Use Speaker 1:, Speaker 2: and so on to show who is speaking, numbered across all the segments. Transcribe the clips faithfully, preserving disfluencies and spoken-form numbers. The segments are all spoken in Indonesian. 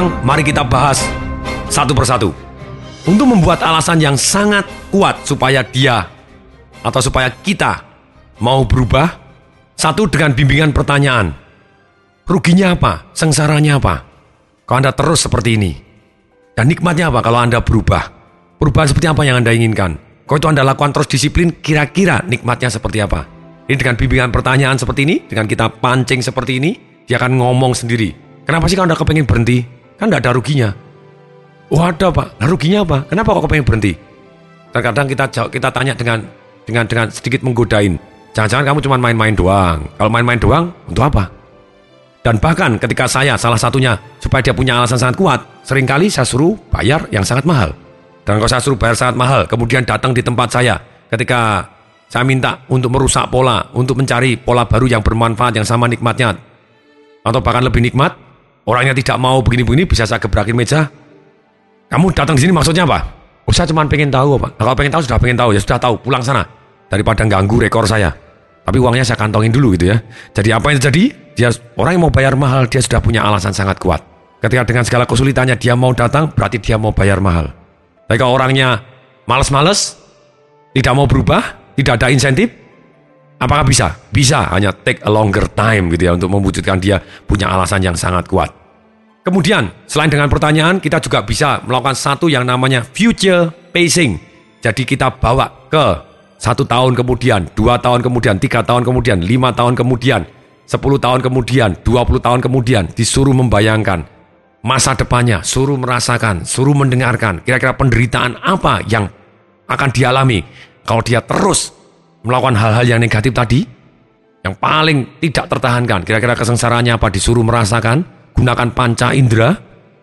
Speaker 1: Sekarang mari kita bahas satu persatu. Untuk membuat alasan yang sangat kuat supaya dia atau supaya kita mau berubah, satu dengan bimbingan pertanyaan. Ruginya apa? Sengsaranya apa? Kalau Anda terus seperti ini. Dan nikmatnya apa kalau Anda berubah? Perubahan seperti apa yang Anda inginkan? Kalau itu Anda lakukan terus disiplin, kira-kira nikmatnya seperti apa? Ini dengan bimbingan pertanyaan seperti ini, dengan kita pancing seperti ini, dia akan ngomong sendiri. Kenapa sih kalau Anda kepengen berhenti? Kan tidak ada ruginya. Oh ada Pak, nah ruginya apa? Kenapa kok kepengen berhenti? Terkadang kita kita tanya dengan dengan dengan sedikit menggodain. Jangan-jangan kamu cuma main-main doang. Kalau main-main doang, untuk apa? Dan bahkan ketika saya, salah satunya, supaya dia punya alasan sangat kuat, seringkali saya suruh bayar yang sangat mahal. Dan kalau saya suruh bayar sangat mahal, kemudian datang di tempat saya, ketika saya minta untuk merusak pola, untuk mencari pola baru yang bermanfaat, yang sama nikmatnya, atau bahkan lebih nikmat, orangnya tidak mau begini-begini, bisa saya gebrakin meja. Kamu datang di sini maksudnya apa? Oh, saya cuma pengen tahu, Pak. Nah, kalau pengen tahu, sudah pengen tahu, ya sudah tahu, pulang sana. Daripada ganggu rekor saya. Tapi uangnya saya kantongin dulu gitu ya. Jadi apa yang terjadi? Dia, orang yang mau bayar mahal, dia sudah punya alasan sangat kuat. Ketika dengan segala kesulitannya dia mau datang, berarti dia mau bayar mahal. Tapi kalau orangnya malas-malas, tidak mau berubah, tidak ada insentif, apakah bisa? Bisa, hanya take a longer time gitu ya, untuk mewujudkan dia punya alasan yang sangat kuat. Kemudian, selain dengan pertanyaan, kita juga bisa melakukan satu yang namanya future pacing. Jadi kita bawa ke satu tahun kemudian, dua tahun kemudian, tiga tahun kemudian, lima tahun kemudian, sepuluh tahun kemudian, dua puluh tahun kemudian, disuruh membayangkan masa depannya, suruh merasakan, suruh mendengarkan, kira-kira penderitaan apa yang akan dialami kalau dia terus melakukan hal-hal yang negatif tadi, yang paling tidak tertahankan, kira-kira kesengsaraannya apa, disuruh merasakan, gunakan panca indera,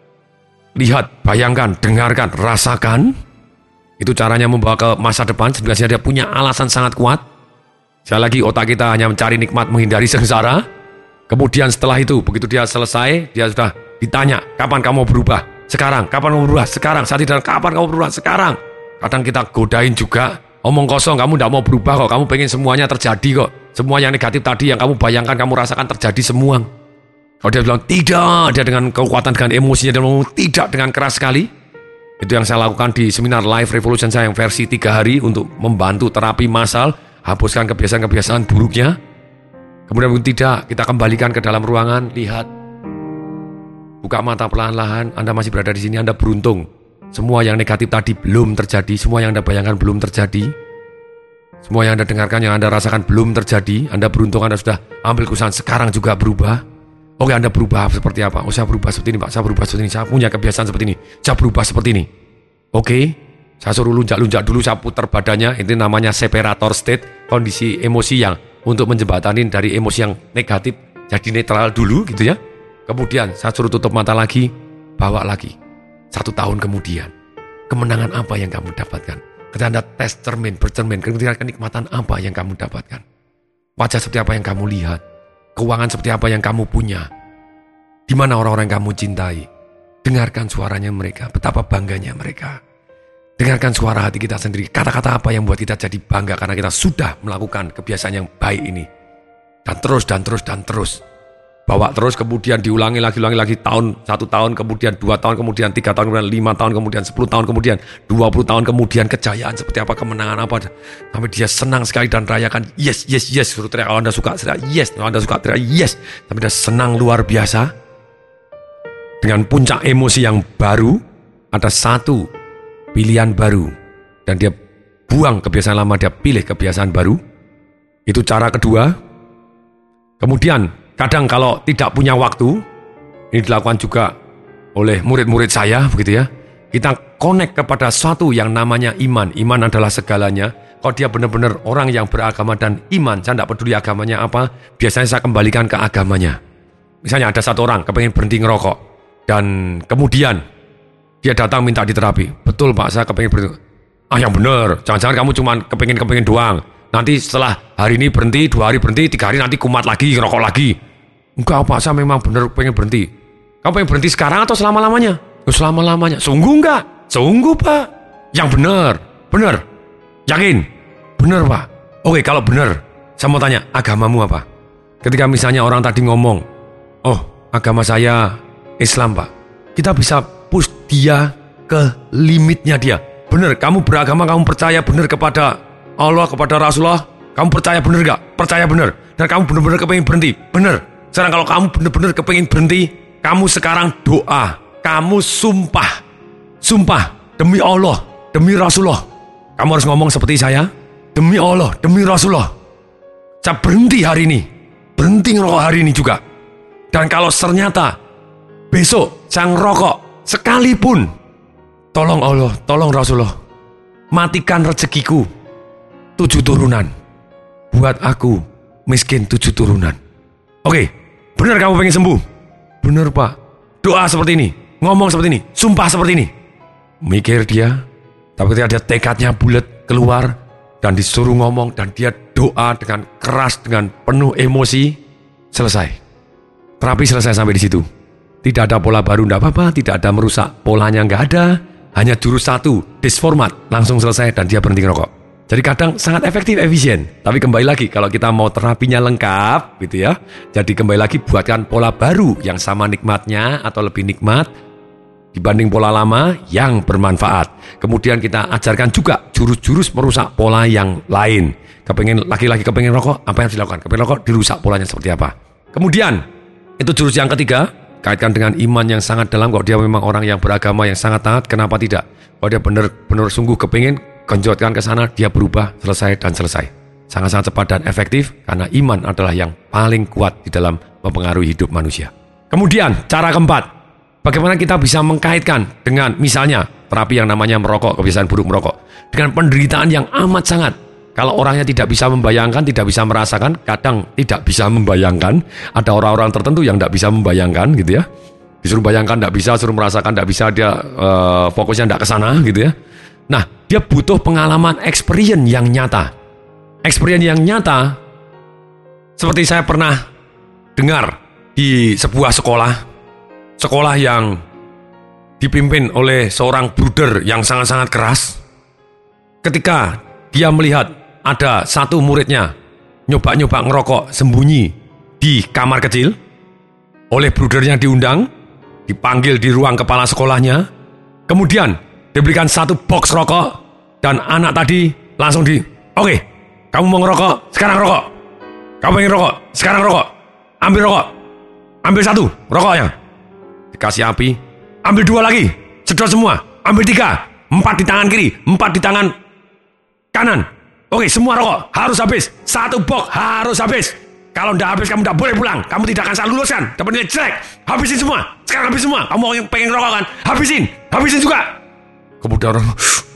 Speaker 1: lihat, bayangkan, dengarkan, rasakan. Itu caranya membawa ke masa depan, sehingga dia punya alasan sangat kuat. Sekali lagi, otak kita hanya mencari nikmat, menghindari sengsara. Kemudian setelah itu, begitu dia selesai, dia sudah ditanya, kapan kamu berubah? Sekarang. Kapan kamu berubah? Sekarang. Saat itu, kapan kamu berubah? Sekarang. Kadang kita godain juga, omong kosong, kamu tidak mau berubah kok, kamu pengen semuanya terjadi kok. Semua yang negatif tadi yang kamu bayangkan, kamu rasakan terjadi semua. Kalau dia bilang tidak, dia dengan kekuatan, dengan emosinya, dia ngomong tidak dengan keras sekali. Itu yang saya lakukan di seminar Life Revolution saya yang versi tiga hari untuk membantu terapi massal, hapuskan kebiasaan-kebiasaan buruknya. Kemudian begitu tidak, kita kembalikan ke dalam ruangan, lihat. Buka mata perlahan-lahan, Anda masih berada di sini, Anda beruntung. Semua yang negatif tadi belum terjadi, semua yang Anda bayangkan belum terjadi. Semua yang Anda dengarkan, yang Anda rasakan belum terjadi. Anda beruntung, Anda sudah ambil keputusan sekarang juga berubah. Oke, Anda berubah seperti apa? Oh, saya berubah seperti ini, Pak. Saya berubah seperti ini. Saya punya kebiasaan seperti ini. Saya berubah seperti ini. Oke, saya suruh lunjak-lunjak dulu, saya putar badannya. Itu namanya separator state, kondisi emosi yang untuk menjembatanin dari emosi yang negatif jadi netral dulu gitu ya. Kemudian saya suruh tutup mata lagi, bawa lagi. Satu tahun kemudian, kemenangan apa yang kamu dapatkan? Ketika Anda tes cermin, bercermin, ketika kenikmatan apa yang kamu dapatkan? Wajah seperti apa yang kamu lihat? Keuangan seperti apa yang kamu punya? Di mana orang-orang yang kamu cintai? Dengarkan suaranya mereka, betapa bangganya mereka. Dengarkan suara hati kita sendiri, kata-kata apa yang buat kita jadi bangga karena kita sudah melakukan kebiasaan yang baik ini. Dan terus, dan terus, dan terus. Bawa terus, kemudian diulangi lagi, ulangi lagi, tahun, satu tahun kemudian, dua tahun kemudian, tiga tahun kemudian, lima tahun kemudian, sepuluh tahun kemudian, dua puluh tahun kemudian, kejayaan seperti apa, kemenangan apa. Sampai dia senang sekali dan rayakan, yes, yes, yes. Suruh teriak, kalau Anda suka, teriak, yes. Kalau Anda suka, teriak, yes. Sampai dia senang luar biasa. Dengan puncak emosi yang baru, ada satu pilihan baru. Dan dia buang kebiasaan lama, dia pilih kebiasaan baru. Itu cara kedua. Kemudian, kadang kalau tidak punya waktu, ini dilakukan juga oleh murid-murid saya, begitu ya. Kita connect kepada sesuatu yang namanya iman. Iman adalah segalanya. Kalau dia benar-benar orang yang beragama dan iman, saya tidak peduli agamanya apa, biasanya saya kembalikan ke agamanya. Misalnya ada satu orang kepengen berhenti ngerokok, dan kemudian dia datang minta diterapi. Betul Pak, saya kepengen berhenti. Ah yang benar, jangan-jangan kamu cuma kepengen-kepengen doang. Nanti setelah hari ini berhenti, dua hari berhenti, tiga hari nanti kumat lagi, ngerokok lagi. Enggak Pak, saya memang benar pengen berhenti. Kamu pengen berhenti sekarang atau selama-lamanya? Oh, selama-lamanya. Sungguh enggak? Sungguh Pak. Yang benar. Benar. Yakin? Benar Pak. Oke, kalau benar, saya mau tanya, agamamu apa? Ketika misalnya orang tadi ngomong, oh agama saya Islam Pak. kita bisa push dia ke limitnya dia. Bener, kamu beragama, kamu percaya bener kepada Allah, kepada Rasulullah, kamu percaya bener gak? Percaya bener. Dan kamu bener-bener kepingin berhenti. Bener. Sekarang kalau kamu bener-bener kepingin berhenti, kamu sekarang doa. Kamu sumpah. Sumpah. Demi Allah, demi Rasulullah. Kamu harus ngomong seperti saya. Demi Allah, demi Rasulullah. Saya berhenti hari ini. Berhenti ngerokok hari ini juga. Dan kalau ternyata besok saya ngerokok sekalipun, tolong Allah, tolong Rasulullah, matikan rezekiku tujuh turunan. Buat aku miskin tujuh turunan. Oke, benar kamu pengen sembuh? Benar Pak. Doa seperti ini, ngomong seperti ini, sumpah seperti ini. Mikir dia, tapi ketika dia tekadnya bulat keluar dan disuruh ngomong dan dia doa dengan keras, dengan penuh emosi, selesai. Terapi selesai sampai di situ. Tidak ada pola baru, tidak apa-apa. Tidak ada merusak, polanya nggak ada. Hanya jurus satu, disformat, langsung selesai dan dia berhenti ngerokok. Jadi kadang sangat efektif, efisien. Tapi kembali lagi, kalau kita mau terapinya lengkap, gitu ya. Jadi kembali lagi, buatkan pola baru yang sama nikmatnya atau lebih nikmat dibanding pola lama yang bermanfaat. Kemudian kita ajarkan juga jurus-jurus merusak pola yang lain. Kepengen laki-laki kepengen rokok, apa yang harus dilakukan? Kepengen rokok, dirusak polanya seperti apa? Kemudian, itu jurus yang ketiga, kaitkan dengan iman yang sangat dalam. Kalau dia memang orang yang beragama yang sangat taat, kenapa tidak? Kalau dia benar-benar sungguh kepingin, genjotkan ke sana, dia berubah, selesai dan selesai. Sangat-sangat cepat dan efektif, karena iman adalah yang paling kuat di dalam mempengaruhi hidup manusia. Kemudian, cara keempat, bagaimana kita bisa mengkaitkan dengan misalnya terapi yang namanya merokok, kebiasaan buruk merokok, dengan penderitaan yang amat sangat. Kalau orangnya tidak bisa membayangkan, tidak bisa merasakan, kadang tidak bisa membayangkan. Ada orang-orang tertentu yang tidak bisa membayangkan gitu ya. Disuruh bayangkan tidak bisa, suruh merasakan tidak bisa, dia uh, fokusnya tidak ke sana gitu ya. Nah, dia butuh pengalaman experience yang nyata. Experience yang nyata, seperti saya pernah dengar di sebuah sekolah, sekolah yang dipimpin oleh seorang bruder yang sangat-sangat keras. Ketika dia melihat ada satu muridnya nyoba-nyoba ngerokok sembunyi di kamar kecil, oleh brudernya diundang, dipanggil di ruang kepala sekolahnya, kemudian diberikan satu box rokok, dan anak tadi langsung di, oke, okay, kamu mau ngerokok, sekarang rokok. Kamu pengen rokok, sekarang rokok. Ambil rokok, ambil satu rokoknya. Dikasih api, ambil dua lagi, sedot semua, ambil tiga, empat di tangan kiri, empat di tangan kanan. Oke, semua rokok harus habis. Satu box harus habis. Kalau tidak habis, kamu tidak boleh pulang. Kamu tidak akan saya luluskan. Dapat nilai jelek. Habisin semua. Sekarang habis semua. Kamu mau yang pengen rokok kan? Habisin. Habisin juga. Kemudian orang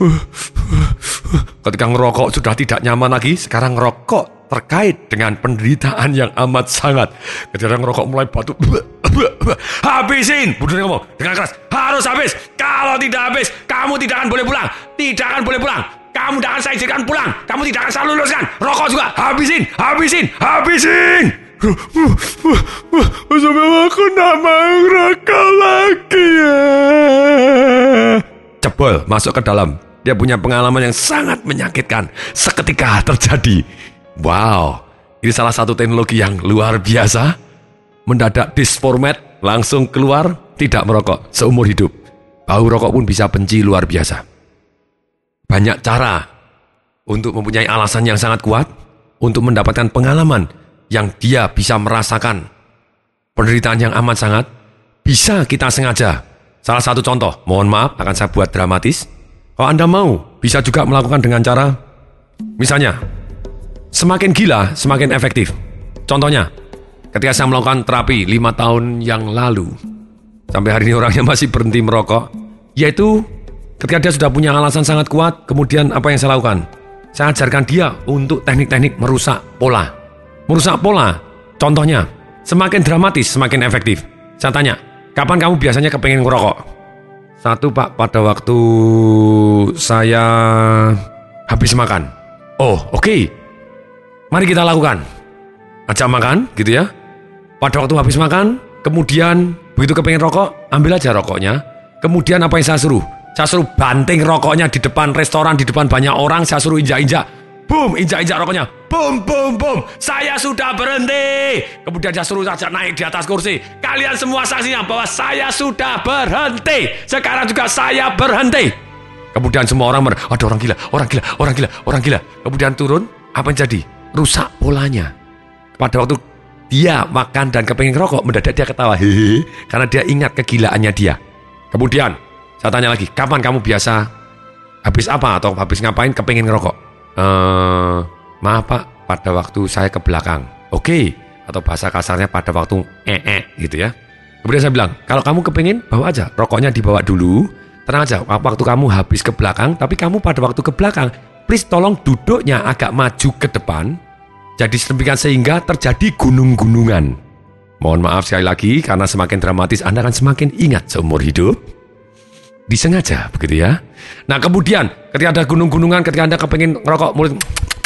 Speaker 1: ketika ngerokok sudah tidak nyaman lagi. Sekarang ngerokok terkait dengan penderitaan yang amat sangat. Ketika ngerokok mulai batuk. Habisin. Budenya ngomong dengan keras. Harus habis. Kalau tidak habis, kamu tidak akan boleh pulang. Tidak akan boleh pulang. Kamu tidak akan saya izinkan pulang. Kamu tidak akan saya luluskan. Rokok juga. Habisin. Habisin. Habisin. Sampai aku tidak mau rokok lagi ya. Jebol. Masuk ke dalam. Dia punya pengalaman yang sangat menyakitkan. Seketika terjadi. Wow. Ini salah satu teknologi yang luar biasa. Mendadak disformat. Langsung keluar. Tidak merokok. Seumur hidup. Bau rokok pun bisa benci luar biasa. Banyak cara untuk mempunyai alasan yang sangat kuat untuk mendapatkan pengalaman yang dia bisa merasakan penderitaan yang amat sangat. Bisa kita sengaja. Salah satu contoh, mohon maaf akan saya buat dramatis. Kalau Anda mau, bisa juga melakukan dengan cara, misalnya, semakin gila, semakin efektif. Contohnya, ketika saya melakukan terapi lima tahun yang lalu, sampai hari ini orangnya masih berhenti merokok, yaitu ketika dia sudah punya alasan sangat kuat, kemudian apa yang saya lakukan? Saya ajarkan dia untuk teknik-teknik merusak pola. Merusak pola, contohnya, semakin dramatis, semakin efektif. Saya tanya, kapan kamu biasanya kepengen ngerokok? Satu Pak, pada waktu saya habis makan. Oh, oke. Okay. Mari kita lakukan. Ajak makan, gitu ya. Pada waktu habis makan, kemudian begitu kepengen rokok, ambil aja rokoknya. Kemudian apa yang saya suruh? Saya suruh banting rokoknya di depan restoran, di depan banyak orang, saya suruh injak-injak. Boom, injak-injak rokoknya. Bum, bum, bum. Saya sudah berhenti. Kemudian dia suruh saja naik di atas kursi. Kalian semua saksinya bahwa saya sudah berhenti. Sekarang juga saya berhenti. Kemudian semua orang ber, ada orang gila, orang gila, orang gila, orang gila. Kemudian turun, apa yang jadi? Rusak polanya. Pada waktu dia makan dan kepengen ngerokok, mendadak dia ketawa. Hehehe, karena dia ingat kegilaannya dia. Kemudian, saya tanya lagi, kapan kamu biasa habis apa atau habis ngapain kepengen ngerokok? Eh, maaf pak, pada waktu saya ke belakang. Oke, atau bahasa kasarnya pada waktu ee gitu ya. Kemudian saya bilang, kalau kamu kepengen bawa aja, rokoknya dibawa dulu. Tenang aja, waktu kamu habis ke belakang, tapi kamu pada waktu ke belakang, please tolong duduknya agak maju ke depan. Jadi sedemikian sehingga terjadi gunung-gunungan. Mohon maaf sekali lagi, karena semakin dramatis Anda akan semakin ingat seumur hidup. Disengaja, begitu ya. Nah kemudian, ketika ada gunung-gunungan, ketika Anda kepengen ngerokok, mulut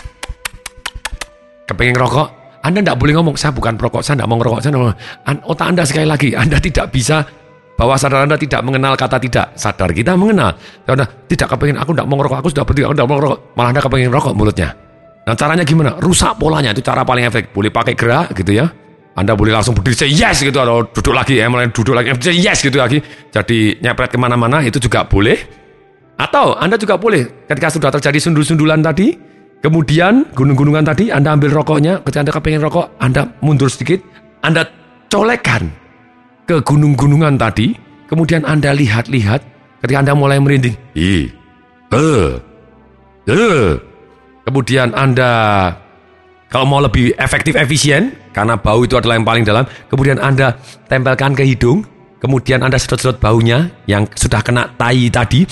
Speaker 1: kepengen ngerokok, Anda tidak boleh ngomong, saya bukan perokok, saya tidak mau ngerokok. Saya mau. Otak Anda sekali lagi, Anda tidak bisa, bahwa sadar Anda tidak mengenal kata tidak. Sadar kita mengenal. Anda tidak kepengen, aku tidak mau ngerokok, aku sudah berhenti, aku tidak mau ngerokok. Malah Anda kepengen ngerokok mulutnya. Nah caranya gimana? Rusak polanya, itu cara paling efektif. Boleh pakai gerak gitu ya. Anda boleh langsung berdiri, say yes gitu, atau duduk lagi, eh, mulai duduk lagi, say yes gitu lagi. Jadi nyepret kemana-mana itu juga boleh. Atau Anda juga boleh, ketika sudah terjadi sundul-sundulan tadi, kemudian gunung-gunungan tadi, Anda ambil rokoknya, ketika Anda kepengen rokok, Anda mundur sedikit, Anda colekkan ke gunung-gunungan tadi, kemudian Anda lihat-lihat, ketika Anda mulai merinding, ih, eh, eh. Kemudian Anda, kalau mau lebih efektif efisien, karena bau itu adalah yang paling dalam, kemudian Anda tempelkan ke hidung, kemudian Anda sedot-sedot baunya yang sudah kena tai tadi.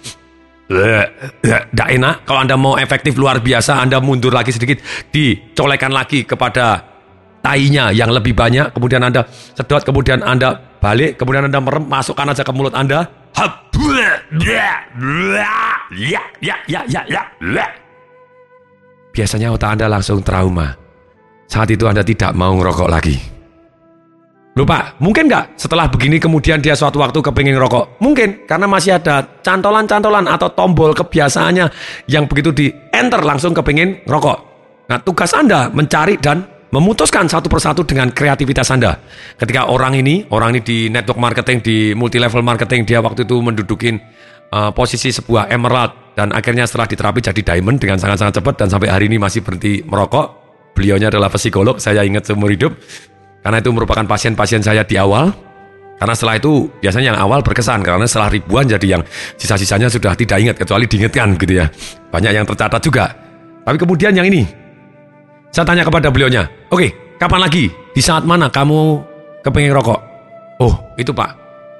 Speaker 1: Tidak enak. Kalau Anda mau efektif luar biasa, Anda mundur lagi sedikit, dicolekkan lagi kepada tainya yang lebih banyak, kemudian Anda sedot, kemudian Anda balik, kemudian Anda merem, masukkan aja ke mulut Anda. Ya, ya, ya, ya, ya. Biasanya otak Anda langsung trauma. Saat itu Anda tidak mau ngerokok lagi. Lupa, mungkin nggak setelah begini kemudian dia suatu waktu kepingin ngerokok? Mungkin, karena masih ada cantolan-cantolan atau tombol kebiasaannya yang begitu di enter langsung kepingin ngerokok. Nah tugas Anda mencari dan memutuskan satu persatu dengan kreativitas Anda. Ketika orang ini, orang ini di network marketing, di multi level marketing, dia waktu itu mendudukin uh, posisi sebuah emerald dan akhirnya setelah diterapi jadi diamond dengan sangat-sangat cepat dan sampai hari ini masih berhenti merokok. Beliaunya adalah psikolog, saya ingat seumur hidup karena itu merupakan pasien-pasien saya di awal. Karena setelah itu biasanya yang awal berkesan, karena setelah ribuan jadi yang sisa-sisanya sudah tidak ingat kecuali diingatkan gitu ya. Banyak yang tercatat juga. Tapi kemudian yang ini, saya tanya kepada beliaunya, oke, kapan lagi? Di saat mana kamu kepengen rokok? Oh, itu Pak,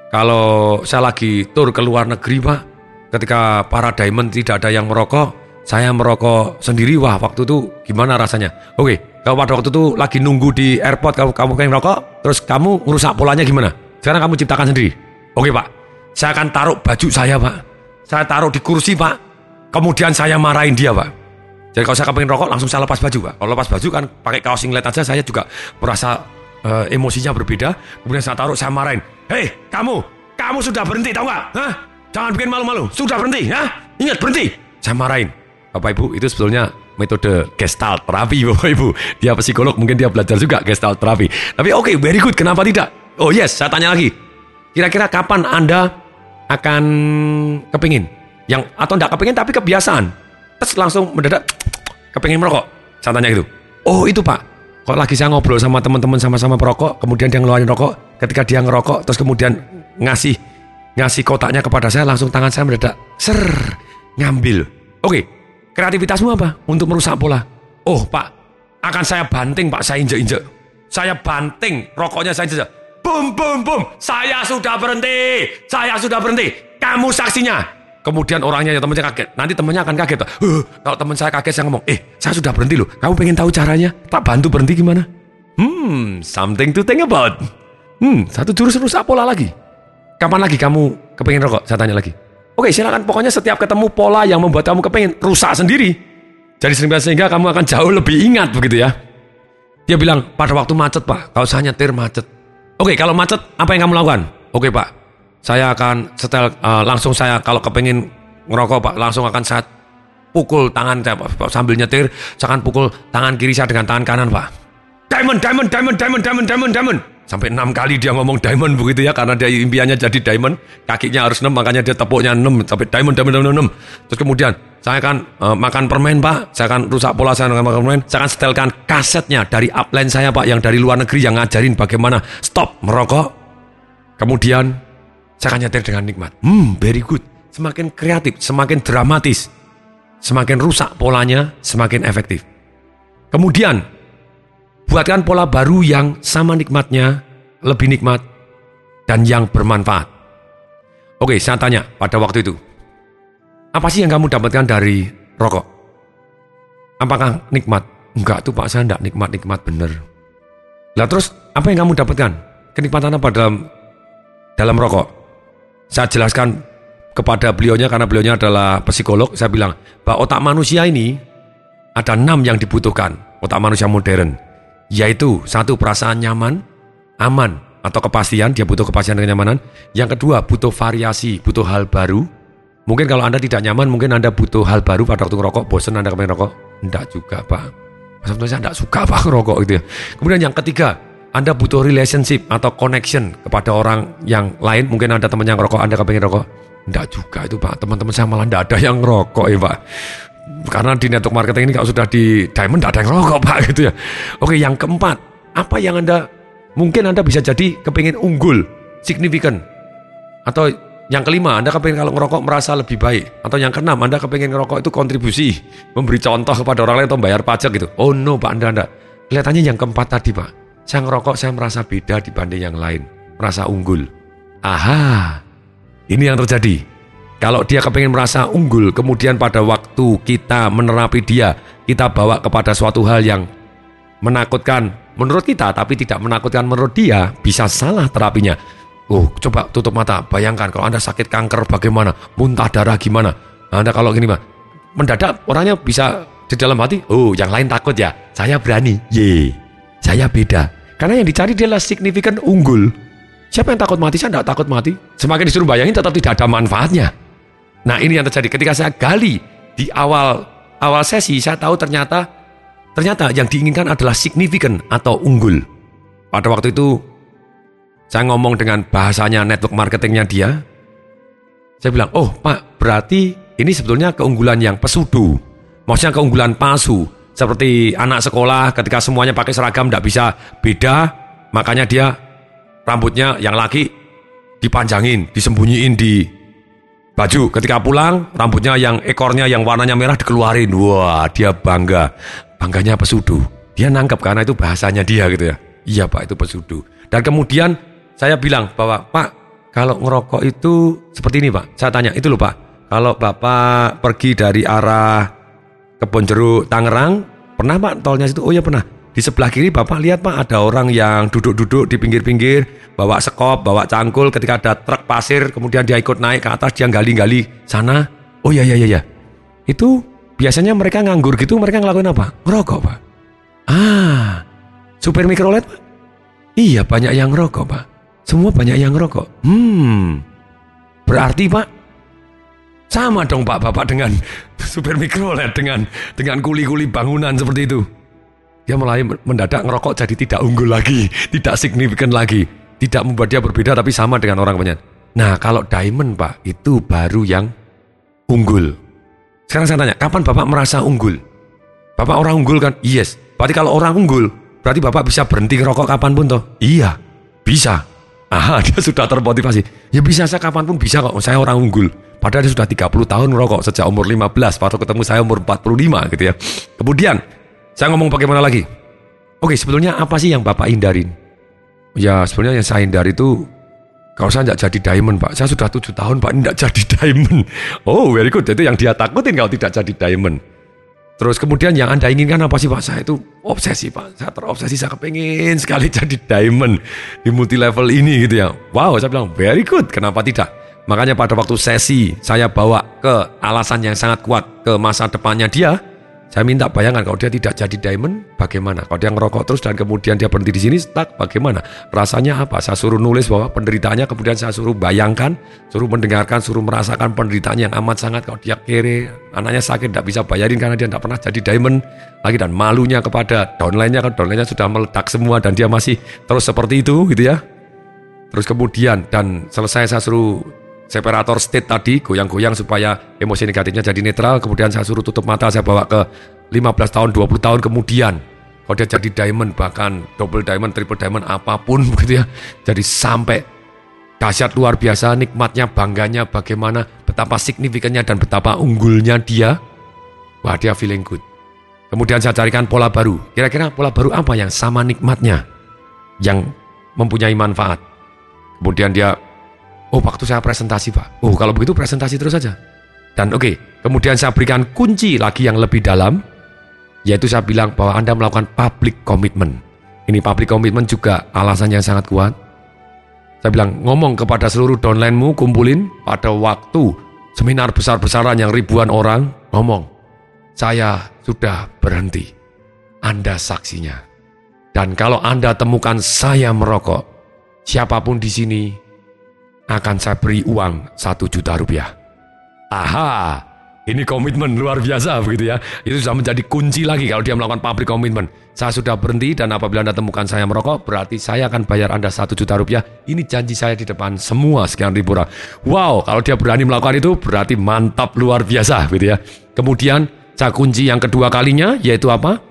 Speaker 1: kalau saya lagi tur ke luar negeri Pak, ketika para diamond tidak ada yang merokok, saya merokok sendiri, wah waktu itu gimana rasanya? Oke, kalau pada waktu itu lagi nunggu di airport, kamu, kamu pengen rokok, terus kamu ngerusak polanya gimana? Sekarang kamu ciptakan sendiri. Oke Pak, saya akan taruh baju saya Pak, saya taruh di kursi Pak, kemudian saya marahin dia Pak. Jadi kalau saya kepengen rokok langsung saya lepas baju Pak. Kalau lepas baju kan pakai kaos singlet aja saya juga merasa uh, emosinya berbeda. Kemudian saya taruh, saya marahin. Hei kamu, kamu sudah berhenti tahu nggak? Hah? Jangan bikin malu-malu. Sudah berhenti, hah? Ingat berhenti. Saya marahin. Bapak Ibu, itu sebetulnya metode gestalt terapi Bapak Ibu. Dia psikolog, mungkin dia belajar juga gestalt terapi. Tapi oke, okay, very good. Kenapa tidak? Oh yes, saya tanya lagi. Kira-kira kapan Anda akan kepingin? Yang atau enggak kepingin tapi kebiasaan? Terus langsung mendadak kepingin merokok. Saya tanya gitu. Oh itu Pak, kok lagi saya ngobrol sama teman-teman sama-sama perokok, kemudian dia ngeluarin rokok, ketika dia ngerokok terus kemudian ngasih ngasih kotaknya kepada saya, langsung tangan saya mendadak ser ngambil. Oke, kreativitasmu apa untuk merusak pola? Oh Pak, akan saya banting Pak, saya injek-injek, saya banting rokoknya, saya injek. Bum bum bum, saya sudah berhenti, saya sudah berhenti, kamu saksinya. Kemudian orangnya ya temannya kaget. Nanti temannya akan kaget. Uh, kalau teman saya kaget saya ngomong, eh saya sudah berhenti loh. Kamu pengen tahu caranya? Tak bantu berhenti gimana? Hmm, something to think about. Hmm, satu jurus rusak pola lagi. Kapan lagi kamu kepengen rokok? Saya tanya lagi. Oke silakan, pokoknya setiap ketemu pola yang membuat kamu kepengen, rusak sendiri. Jadi sehingga kamu akan jauh lebih ingat begitu ya. Dia bilang, pada waktu macet Pak, kalau saya nyetir macet. Oke kalau macet apa yang kamu lakukan? Oke Pak, saya akan setel uh, langsung saya kalau kepengen ngerokok Pak, langsung akan saya pukul tangan saya sambil nyetir, saya akan pukul tangan kiri saya dengan tangan kanan, Pak. Diamond, diamond, diamond, diamond, diamond, diamond, diamond. Sampai enam kali dia ngomong diamond begitu ya, karena dia impiannya jadi diamond. Kakinya harus enam, makanya dia tepuknya enam sampai diamond, diamond, diamond, enam. Terus kemudian saya akan uh, makan permen, Pak. Saya akan rusak pola saya dengan makan permen. Saya akan setelkan kasetnya dari upline saya, Pak, yang dari luar negeri yang ngajarin bagaimana stop merokok. Kemudian saya akan nyetir dengan nikmat. Hmm, very good. Semakin kreatif, semakin dramatis, semakin rusak polanya, semakin efektif. Kemudian buatkan pola baru yang sama nikmatnya, lebih nikmat, dan yang bermanfaat. Oke, saya tanya pada waktu itu, apa sih yang kamu dapatkan dari rokok? Apakah nikmat? Enggak tuh Pak, saya enggak nikmat-nikmat bener. Lah terus, apa yang kamu dapatkan? Kenikmatan apa dalam, dalam rokok? Saya jelaskan kepada beliaunya, karena beliaunya adalah psikolog. Saya bilang, bahwa otak manusia ini ada enam yang dibutuhkan, otak manusia modern. Yaitu satu, perasaan nyaman, aman, atau kepastian. Dia butuh kepastian dan kenyamanan. Yang kedua, butuh variasi, butuh hal baru. Mungkin kalau Anda tidak nyaman, mungkin Anda butuh hal baru pada waktu ngerokok. Bosan Anda kepengen rokok? Tidak juga, Pak. Sebetulnya saya tidak suka Pak ngerokok gitu ya. Kemudian yang ketiga, Anda butuh relationship atau connection kepada orang yang lain. Mungkin Anda teman yang ngerokok, Anda kepengen rokok? Tidak juga itu Pak. Teman-teman saya malah tidak ada yang ngerokok ya Pak. Karena di network marketing ini kalau sudah di diamond tidak ada yang rokok Pak gitu ya. Oke, yang keempat, apa yang Anda mungkin Anda bisa jadi kepingin unggul, signifikan. Atau yang kelima, Anda kepingin kalau ngerokok merasa lebih baik. Atau yang keenam, Anda kepingin ngerokok itu kontribusi, memberi contoh kepada orang lain atau bayar pajak gitu. Oh no Pak, Anda, Anda. Kelihatannya yang keempat tadi Pak. Saya ngerokok, saya merasa beda dibanding yang lain, merasa unggul. Aha, ini yang terjadi. Kalau dia kepingin merasa unggul, kemudian pada waktu kita menerapi dia, kita bawa kepada suatu hal yang menakutkan menurut kita, tapi tidak menakutkan menurut dia, bisa salah terapinya. Oh, coba tutup mata, bayangkan kalau Anda sakit kanker bagaimana, muntah darah gimana. Anda kalau gini Pak, mendadak orangnya bisa di dalam hati, oh yang lain takut ya, saya berani, ye, saya beda. Karena yang dicari dia adalah signifikan unggul. Siapa yang takut mati? Saya tidak takut mati. Semakin disuruh bayangin tetap tidak ada manfaatnya. Nah ini yang terjadi ketika saya gali di awal awal sesi, saya tahu ternyata ternyata yang diinginkan adalah signifikan atau unggul. Pada waktu itu saya ngomong dengan bahasanya network marketingnya dia. Saya bilang, oh Pak, berarti ini sebetulnya keunggulan yang pesudu. Maksudnya keunggulan palsu. Seperti anak sekolah ketika semuanya pakai seragam tidak bisa beda, makanya dia rambutnya yang laki dipanjangin, disembunyiin di baju. Ketika pulang, rambutnya yang ekornya yang warnanya merah dikeluarin. Wah, dia bangga. Bangganya pesudu. Dia nangkep karena itu bahasanya dia gitu ya. Iya Pak, itu pesudu. Dan kemudian saya bilang bahwa Pak, kalau ngerokok itu seperti ini Pak. Saya tanya, itu loh Pak, kalau Bapak pergi dari arah Kebon Jeruk Tangerang, pernah Pak tolnya situ? Oh ya pernah. Di sebelah kiri Bapak lihat Pak, ada orang yang duduk-duduk di pinggir-pinggir, bawa sekop, bawa cangkul. Ketika ada truk pasir, kemudian dia ikut naik ke atas, dia gali-gali sana. Oh iya iya iya. Itu biasanya mereka nganggur gitu, mereka ngelakuin apa? Ngerokok Pak. Ah, supir mikrolet Pak? Iya, banyak yang ngerokok Pak. Semua banyak yang ngerokok. Hmm, berarti Pak, sama dong Pak, Bapak dengan supir mikrolet, dengan dengan kuli-kuli bangunan seperti itu. Dia mulai mendadak ngerokok jadi tidak unggul lagi, tidak signifikan lagi, tidak membuat dia berbeda tapi sama dengan orang banyak. Nah kalau diamond Pak, itu baru yang unggul. Sekarang saya tanya, kapan Bapak merasa unggul? Bapak orang unggul kan? Yes. Berarti kalau orang unggul, berarti Bapak bisa berhenti ngerokok kapanpun toh? Iya, bisa. Aha, dia sudah termotivasi. Ya bisa, saya kapanpun bisa kok, saya orang unggul. Padahal dia sudah tiga puluh tahun ngerokok sejak umur lima belas, waktu ketemu saya umur empat puluh lima gitu ya. Kemudian saya ngomong bagaimana lagi? Oke, sebetulnya apa sih yang Bapak hindarin? Ya, sebetulnya yang saya hindari itu, kalau saya tidak jadi diamond, Pak. Saya sudah tujuh tahun, Pak, tidak jadi diamond. Oh, very good. Itu yang dia takutin kalau tidak jadi diamond. Terus kemudian yang Anda inginkan apa sih, Pak? Saya itu obsesi, Pak. Saya terobsesi, saya kepingin sekali jadi diamond di multi level ini gitu ya. Wow, saya bilang, very good. Kenapa tidak? Makanya pada waktu sesi, saya bawa ke alasan yang sangat kuat ke masa depannya dia. Saya minta bayangkan kalau dia tidak jadi diamond, bagaimana? Kalau dia ngerokok terus dan kemudian dia berhenti di sini stuck, bagaimana? Rasanya apa? Saya suruh nulis bahwa penderitaannya, kemudian saya suruh bayangkan, suruh mendengarkan, suruh merasakan penderitaannya yang amat sangat. Kalau dia kere, anaknya sakit, tidak bisa bayarin karena dia tidak pernah jadi diamond lagi, dan malunya kepada downline-nya, kan downline-nya sudah meledak semua dan dia masih terus seperti itu gitu ya. Terus kemudian dan selesai saya suruh separator state tadi, goyang-goyang supaya emosi negatifnya jadi netral. Kemudian saya suruh tutup mata, saya bawa ke lima belas tahun, dua puluh tahun kemudian. Kalau dia jadi diamond, bahkan double diamond, triple diamond, apapun begitu ya. Jadi sampai dahsyat luar biasa, nikmatnya, bangganya, bagaimana, betapa signifikannya dan betapa unggulnya dia. Wah, dia feeling good. Kemudian saya carikan pola baru. Kira-kira pola baru apa yang sama nikmatnya, yang mempunyai manfaat. Kemudian dia, oh, waktu saya presentasi Pak. Oh, kalau begitu presentasi terus saja. Dan oke, okay, kemudian saya berikan kunci lagi yang lebih dalam, yaitu saya bilang bahwa Anda melakukan public commitment. Ini public commitment juga alasannya yang sangat kuat. Saya bilang, ngomong kepada seluruh downline-mu, kumpulin pada waktu seminar besar-besaran yang ribuan orang, ngomong, saya sudah berhenti. Anda saksinya. Dan kalau Anda temukan saya merokok, siapapun di sini, akan saya beri uang satu juta rupiah. Aha, ini komitmen luar biasa begitu ya. Itu sudah menjadi kunci lagi kalau dia melakukan public commitment. Saya sudah berhenti dan apabila Anda temukan saya merokok, berarti saya akan bayar Anda satu juta rupiah. Ini janji saya di depan semua sekian ribu orang. Wow, kalau dia berani melakukan itu berarti mantap luar biasa gitu ya. Kemudian saya kunci yang kedua kalinya yaitu apa?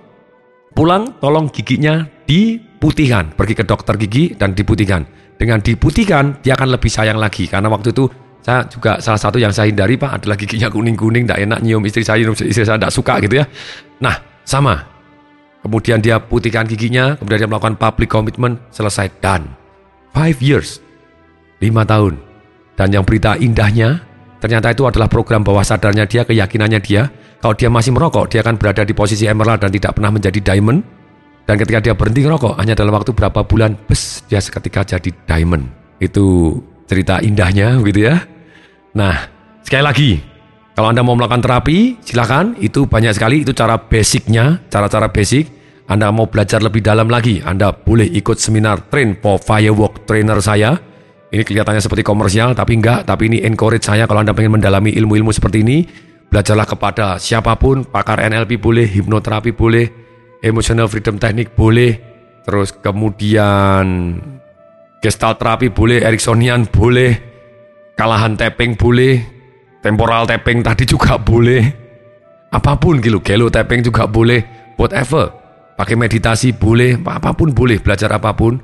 Speaker 1: Pulang tolong giginya diputihkan. Pergi ke dokter gigi dan diputihkan. Dengan diputihkan, dia akan lebih sayang lagi. Karena waktu itu, saya juga salah satu yang saya hindari Pak adalah giginya kuning-kuning, tidak enak nyium istri saya, istri saya tidak suka gitu ya. Nah, sama. Kemudian dia putihkan giginya, kemudian dia melakukan public commitment, selesai, done. Five years, lima tahun. Dan yang berita indahnya, ternyata itu adalah program bawah sadarnya dia, keyakinannya dia. Kalau dia masih merokok, dia akan berada di posisi emerald dan tidak pernah menjadi diamond. Dan ketika dia berhenti ngerokok, hanya dalam waktu berapa bulan, bes, dia seketika jadi diamond. Itu cerita indahnya, gitu ya. Nah, sekali lagi, kalau Anda mau melakukan terapi, silakan. Itu banyak sekali, itu cara basicnya, cara-cara basic. Anda mau belajar lebih dalam lagi, Anda boleh ikut seminar Train for Firework Trainer saya. Ini kelihatannya seperti komersial, tapi enggak. Tapi ini encourage saya kalau Anda pengen mendalami ilmu-ilmu seperti ini. Belajarlah kepada siapapun, pakar N L P boleh, hipnoterapi boleh, Emotional Freedom Technique boleh, terus kemudian Gestalt terapi boleh, Ericksonian boleh, kalahan tapping boleh, temporal tapping tadi juga boleh, apapun gitu, gelo tapping juga boleh, whatever, pakai meditasi boleh, apapun boleh, belajar apapun.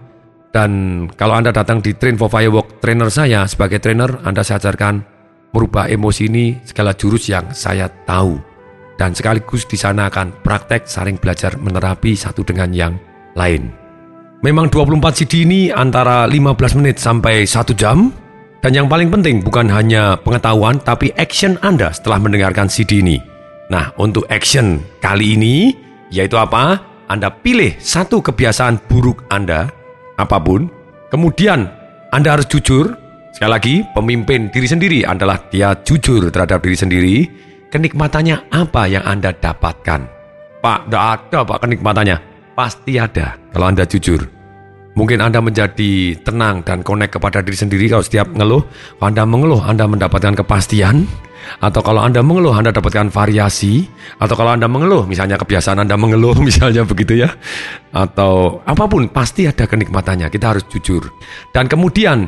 Speaker 1: Dan kalau Anda datang di Train for Firework Trainer saya, sebagai trainer Anda saya ajarkan merubah emosi ini segala jurus yang saya tahu. Dan sekaligus di sana akan praktek saling belajar menerapi satu dengan yang lain. Memang dua puluh empat C D ini antara lima belas menit sampai satu jam. Dan yang paling penting bukan hanya pengetahuan, tapi action Anda setelah mendengarkan C D ini. Nah, untuk action kali ini, yaitu apa? Anda pilih satu kebiasaan buruk Anda, apapun. Kemudian Anda harus jujur. Sekali lagi, pemimpin diri sendiri adalah dia jujur terhadap diri sendiri. Kenikmatannya apa yang Anda dapatkan? Pak, tidak ada Pak kenikmatannya. Pasti ada kalau Anda jujur. Mungkin Anda menjadi tenang dan connect kepada diri sendiri kalau setiap ngeluh. Kalau Anda mengeluh, Anda mendapatkan kepastian. Atau kalau Anda mengeluh, Anda dapatkan variasi. Atau kalau Anda mengeluh, misalnya kebiasaan Anda mengeluh, misalnya begitu ya. Atau apapun, pasti ada kenikmatannya. Kita harus jujur. Dan kemudian,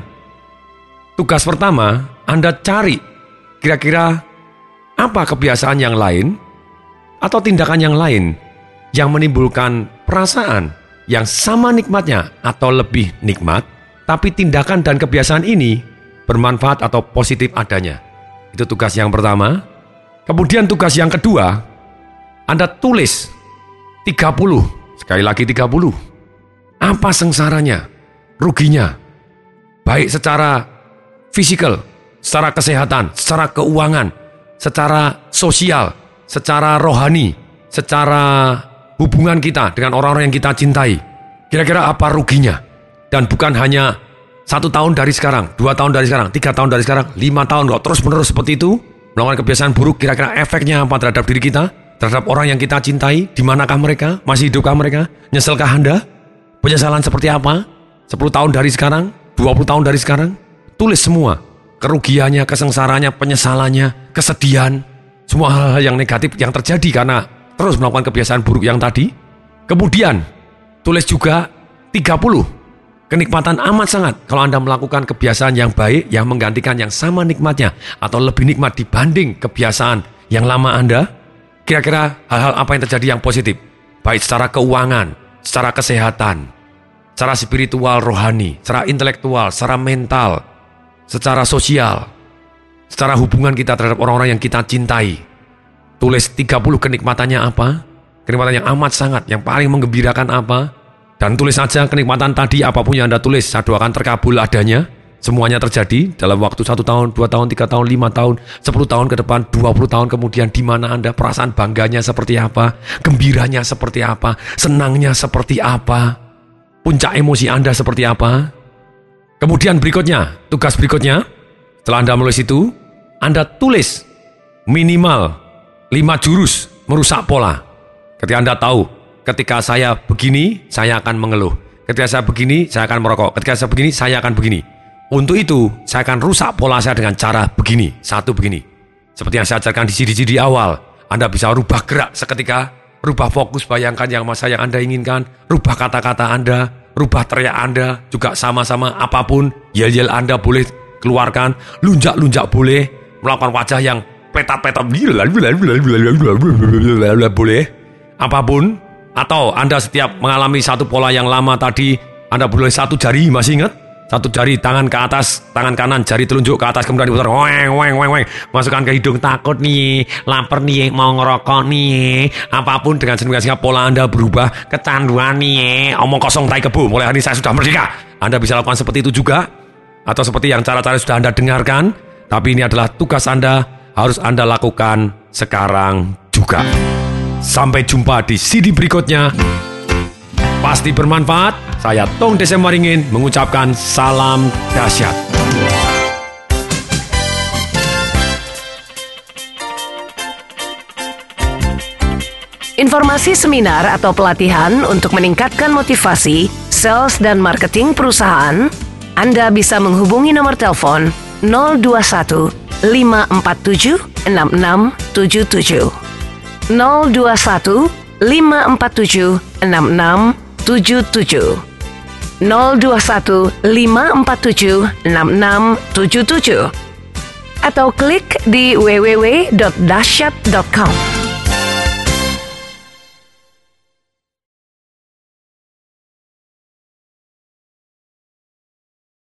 Speaker 1: tugas pertama, Anda cari kira-kira apa kebiasaan yang lain atau tindakan yang lain yang menimbulkan perasaan yang sama nikmatnya atau lebih nikmat, tapi tindakan dan kebiasaan ini bermanfaat atau positif adanya. Itu tugas yang pertama. Kemudian tugas yang kedua, Anda tulis tiga puluh, sekali lagi tiga puluh. Apa sengsaranya, ruginya, baik secara fisikal, secara kesehatan, secara keuangan, secara sosial, secara rohani, secara hubungan kita dengan orang-orang yang kita cintai. Kira-kira apa ruginya? Dan bukan hanya satu tahun dari sekarang, dua tahun dari sekarang, tiga tahun dari sekarang, lima tahun. Kalau terus-menerus seperti itu, melakukan kebiasaan buruk, kira-kira efeknya apa terhadap diri kita? terhadap orang yang kita cintai? Di manakah mereka? Masih hidupkah mereka? Nyeselkah Anda? Penyesalan seperti apa? sepuluh tahun dari sekarang? dua puluh tahun dari sekarang? Tulis semua. Kerugiannya, kesengsaranya, penyesalannya, kesedihan. Semua hal-hal yang negatif yang terjadi karena terus melakukan kebiasaan buruk yang tadi. Kemudian, tulis juga tiga puluh. Kenikmatan amat sangat kalau Anda melakukan kebiasaan yang baik yang menggantikan yang sama nikmatnya atau lebih nikmat dibanding kebiasaan yang lama Anda. Kira-kira hal-hal apa yang terjadi yang positif? Baik secara keuangan, secara kesehatan, secara spiritual rohani, secara intelektual, secara mental, secara sosial, secara hubungan kita terhadap orang-orang yang kita cintai. Tulis tiga puluh kenikmatannya apa? Kenikmatan yang amat sangat, yang paling menggembirakan apa? Dan tulis saja kenikmatan tadi, apapun yang Anda tulis, saya doakan terkabul adanya. Semuanya terjadi dalam waktu satu tahun, dua tahun, tiga tahun, lima tahun, sepuluh tahun ke depan, dua puluh tahun kemudian. Di mana Anda perasaan bangganya seperti apa, gembiranya seperti apa, senangnya seperti apa, puncak emosi Anda seperti apa. Kemudian berikutnya, tugas berikutnya, setelah Anda menulis itu, Anda tulis minimal lima jurus merusak pola. Ketika Anda tahu, ketika saya begini, saya akan mengeluh. Ketika saya begini, saya akan merokok. Ketika saya begini, saya akan begini. Untuk itu, saya akan rusak pola saya dengan cara begini. Satu begini. Seperti yang saya ajarkan di C D C di awal. Anda bisa rubah gerak seketika, rubah fokus, bayangkan yang masa yang Anda inginkan, rubah kata-kata Anda, rubah teriak Anda, juga sama-sama apapun. Yel-yel Anda boleh keluarkan, lunjak-lunjak boleh, melakukan wajah yang petat-petat boleh. Apapun. Atau Anda setiap mengalami satu pola yang lama tadi, Anda boleh satu jari, masih ingat? Satu jari, tangan ke atas, tangan kanan, jari telunjuk ke atas, kemudian diputar, weng, weng, weng, weng. Masukkan ke hidung, takut nih, lapar nih, mau ngerokok nih. Apapun dengan sehingga pola Anda berubah, kecanduan nih, omong kosong tai kebu, mulai hari ini saya sudah merdeka. Anda bisa lakukan seperti itu juga, atau seperti yang cara-cara sudah Anda dengarkan, tapi ini adalah tugas Anda, harus Anda lakukan sekarang juga. Sampai jumpa di C D berikutnya. Pasti bermanfaat. Saya Tong Desem Waringin mengucapkan salam dahsyat.
Speaker 2: Informasi seminar atau pelatihan untuk meningkatkan motivasi, sales dan marketing perusahaan, Anda bisa menghubungi nomor telepon nol dua satu lima empat tujuh enam enam tujuh tujuh. nol dua satu lima empat tujuh enam enam tujuh tujuh nol dua satu lima empat tujuh enam enam tujuh tujuh atau klik di w w w dot dahsyat dot com.